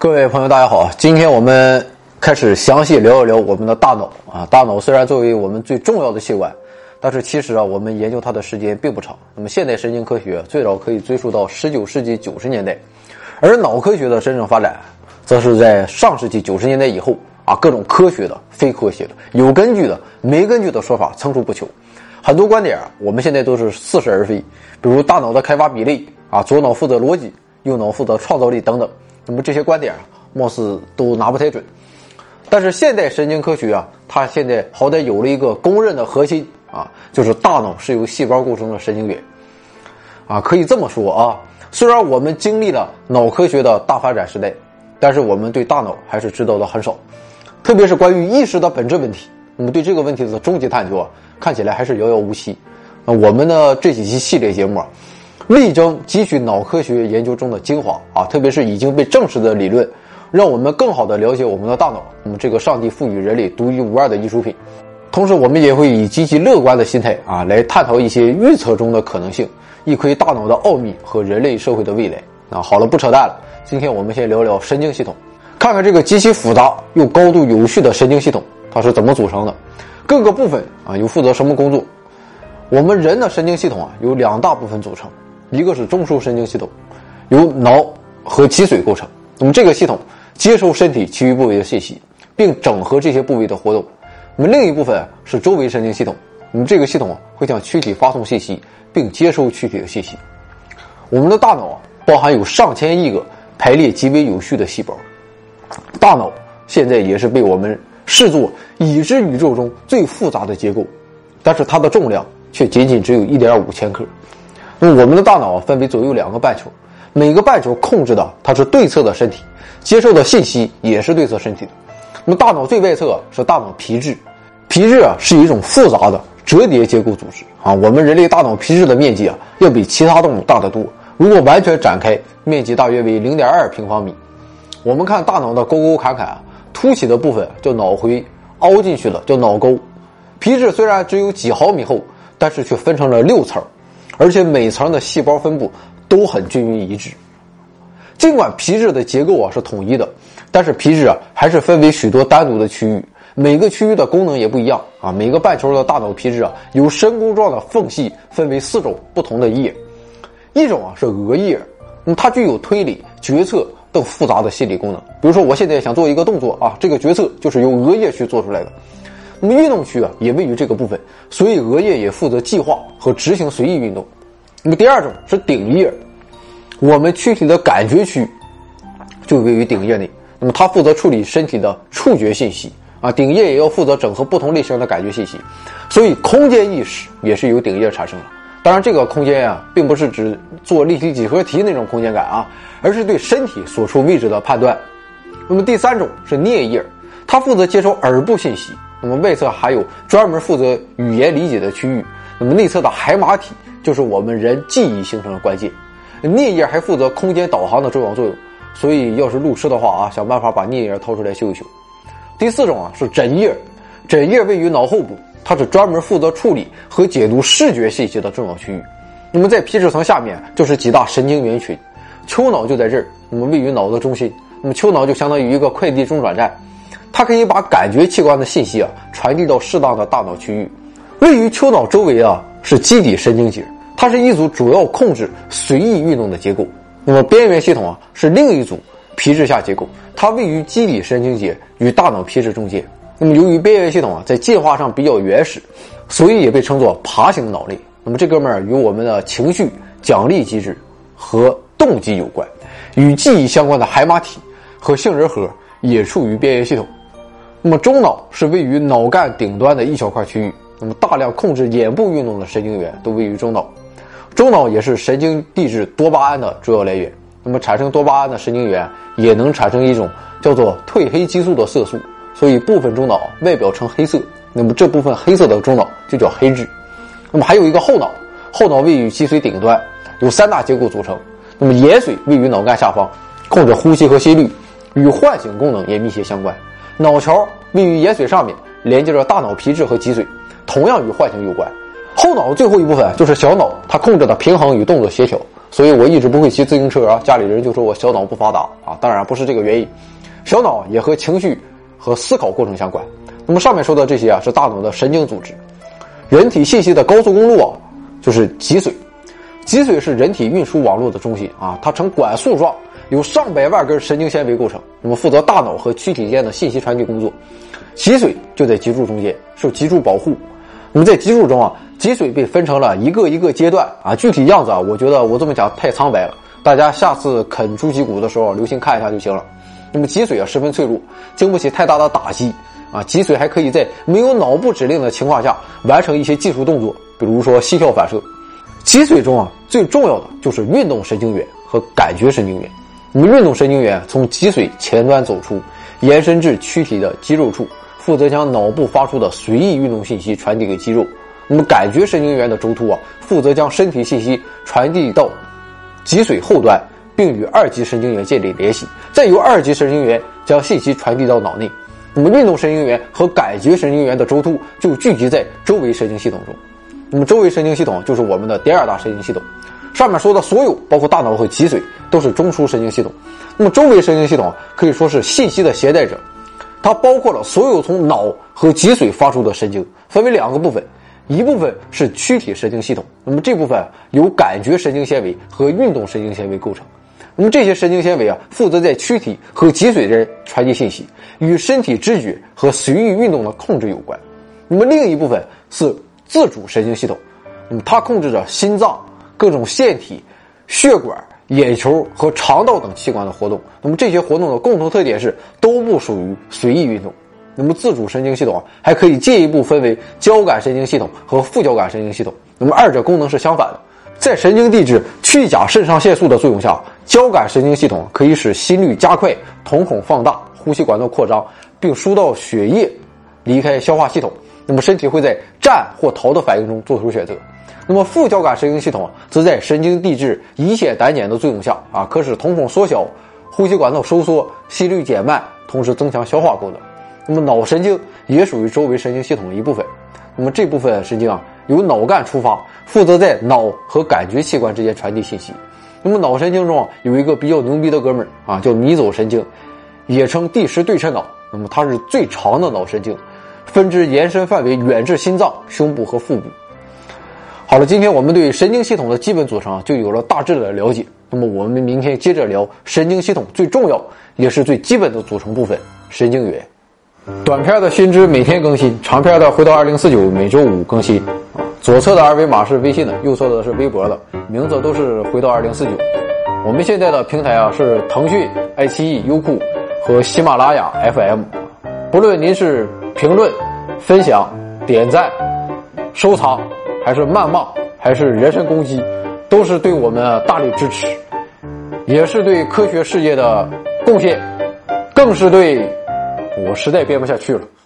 各位朋友大家好，今天我们开始详细聊一聊我们的大脑啊。大脑虽然作为我们最重要的器官，但是其实我们研究它的时间并不长。那么现代神经科学最早可以追溯到19世纪90年代，而脑科学的真正发展则是在上世纪90年代以后啊，各种科学的、非科学的、有根据的、没根据的说法层出不穷。很多观点我们现在都是似是而非，比如大脑的开发比例啊，左脑负责逻辑，右脑负责创造力等等。那么这些观点貌似都拿不太准。但是现代神经科学它现在好歹有了一个公认的核心就是大脑是由细胞构成的神经元可以这么说虽然我们经历了脑科学的大发展时代，但是我们对大脑还是知道的很少，特别是关于意识的本质问题。那么对这个问题的终极探究看起来还是遥遥无期。我们的这几期系列节目力争汲取脑科学研究中的精华特别是已经被证实的理论，让我们更好地了解我们的大脑，这个上帝赋予人类独一无二的艺术品。同时我们也会以极其乐观的心态来探讨一些预测中的可能性，一窥大脑的奥秘和人类社会的未来。好了，不扯淡了，今天我们先聊聊神经系统，看看这个极其复杂又高度有序的神经系统它是怎么组成的，各个部分又负责什么工作。我们人的神经系统由两大部分组成，一个是中枢神经系统，由脑和脊髓构成。那么这个系统接收身体其余部位的信息，并整合这些部位的活动。那么另一部分是周围神经系统，那么这个系统会向躯体发送信息，并接收躯体的信息。我们的大脑包含有上千亿个排列极为有序的细胞。大脑现在也是被我们视作已知宇宙中最复杂的结构，但是它的重量却仅仅只有 1.5 千克。那么我们的大脑分为左右两个半球，每个半球控制的它是对侧的身体，接受的信息也是对侧身体的。那么大脑最外侧是大脑皮质，皮质是一种复杂的折叠结构组织我们人类大脑皮质的面积要比其他动物大得多，如果完全展开，面积大约为 0.2 平方米。我们看大脑的沟沟坎坎凸起的部分叫脑回，凹进去了叫脑沟。皮质虽然只有几毫米厚，但是却分成了6层，而且每层的细胞分布都很均匀一致。尽管皮质的结构是统一的，但是皮质还是分为许多单独的区域，每个区域的功能也不一样每个半球的大脑皮质由深沟状的缝隙分为4种不同的叶。一种是额叶，它具有推理、决策等复杂的心理功能。比如说我现在想做一个动作这个决策就是由额叶去做出来的。那么运动区也位于这个部分，所以额叶也负责计划和执行随意运动。那么第二种是顶叶，我们躯体的感觉区就位于顶叶内，那么它负责处理身体的触觉信息顶叶也要负责整合不同类型的感觉信息，所以空间意识也是由顶叶产生的。当然这个空间并不是指做立体几何题那种空间感而是对身体所处位置的判断。那么第三种是颞叶，它负责接收耳部信息，那么外侧还有专门负责语言理解的区域，那么内侧的海马体就是我们人记忆形成的关键。颞叶还负责空间导航的重要作用，所以要是路痴的话想办法把颞叶掏出来修一修。第四种是枕叶，枕叶位于脑后部，它是专门负责处理和解读视觉信息的重要区域。那么在皮质层下面就是几大神经元群，丘脑就在这儿，那么位于脑的中心。那么丘脑就相当于一个快递中转站，它可以把感觉器官的信息传递到适当的大脑区域。位于丘脑周围是基底神经节，它是一组主要控制随意运动的结构。那么边缘系统是另一组皮质下结构，它位于基底神经节与大脑皮质中间。那么由于边缘系统在进化上比较原始，所以也被称作爬行脑类。那么这哥们儿与我们的情绪、奖励机制和动机有关，与记忆相关的海马体和杏仁核也处于边缘系统。那么中脑是位于脑干顶端的一小块区域，那么大量控制眼部运动的神经元都位于中脑。中脑也是神经递质多巴胺的主要来源，那么产生多巴胺的神经元也能产生一种叫做褪黑激素的色素，所以部分中脑外表呈黑色，那么这部分黑色的中脑就叫黑质。那么还有一个后脑，后脑位于脊髓顶端，由3大结构组成。那么眼髓位于脑干下方，控制呼吸和心率，与唤醒功能也密切相关。脑桥位于眼髓上面，连接着大脑皮质和脊髓，同样与唤醒有关。后脑最后一部分就是小脑，它控制的平衡与动作协调， 所以我一直不会骑自行车啊，家里人就说我小脑不发达啊，当然不是这个原因，小脑也和情绪和思考过程相关。那么上面说的这些啊，是大脑的神经组织。人体信息的高速公路啊，就是脊髓。脊髓是人体运输网络的中心啊，它呈管束状，由上百万根神经纤维构成，那么负责大脑和躯体间的信息传递工作。脊髓就在脊柱中间，受脊柱保护。那么在脊柱中啊，脊髓被分成了一个一个阶段啊，具体样子啊，我觉得我这么讲太苍白了，大家下次啃猪脊骨的时候留心看一下就行了。那么脊髓啊十分脆弱，经不起太大的打击啊，脊髓还可以在没有脑部指令的情况下完成一些技术动作，比如说膝跳反射。脊髓中啊最重要的就是运动神经元和感觉神经元。那么运动神经元从脊髓前端走出，延伸至躯体的肌肉处，负责将脑部发出的随意运动信息传递给肌肉。那么感觉神经元的轴突啊，负责将身体信息传递到脊髓后端，并与二级神经元建立联系，再由二级神经元将信息传递到脑内。那么运动神经元和感觉神经元的轴突就聚集在周围神经系统中。那么周围神经系统就是我们的第二大神经系统。上面说的所有包括大脑和脊髓都是中枢神经系统。那么周围神经系统可以说是信息的携带者，它包括了所有从脑和脊髓发出的神经，分为两个部分，一部分是躯体神经系统，那么这部分由感觉神经纤维和运动神经纤维构成。那么这些神经纤维啊，负责在躯体和脊髓间传递信息，与身体知觉和随意运动的控制有关。那么另一部分是自主神经系统，那么它控制着心脏、各种腺体、血管、眼球和肠道等器官的活动。那么这些活动的共同特点是都不属于随意运动。那么自主神经系统还可以进一步分为交感神经系统和副交感神经系统，那么二者功能是相反的。在神经递质去甲肾上腺素的作用下，交感神经系统可以使心率加快、瞳孔放大、呼吸管道扩张，并输到血液离开消化系统。那么身体会在战或逃的反应中做出选择。那么副交感神经系统则在神经递质乙酰胆碱的作用下啊，可使瞳孔缩小、呼吸管道收缩、心率减慢，同时增强消化功能。那么脑神经也属于周围神经系统的一部分。那么这部分神经啊，由脑干出发，负责在脑和感觉器官之间传递信息。那么脑神经中啊，有一个比较牛逼的哥们儿啊，叫迷走神经，也称第十对称脑。那么它是最长的脑神经，分支延伸范围远至心脏、胸部和腹部。好了，今天我们对神经系统的基本组成就有了大致的了解。那么我们明天接着聊神经系统最重要也是最基本的组成部分——神经元。短片的新知每天更新，长片的回到2049每周五更新。左侧的二维码是微信的，右侧的是微博的，名字都是回到2049。我们现在的平台啊是腾讯、爱奇艺、优酷和喜马拉雅 FM。不论您是评论、分享、点赞、收藏，还是谩骂，还是人身攻击，都是对我们大力支持，也是对科学事业的贡献，更是对我实在编不下去了。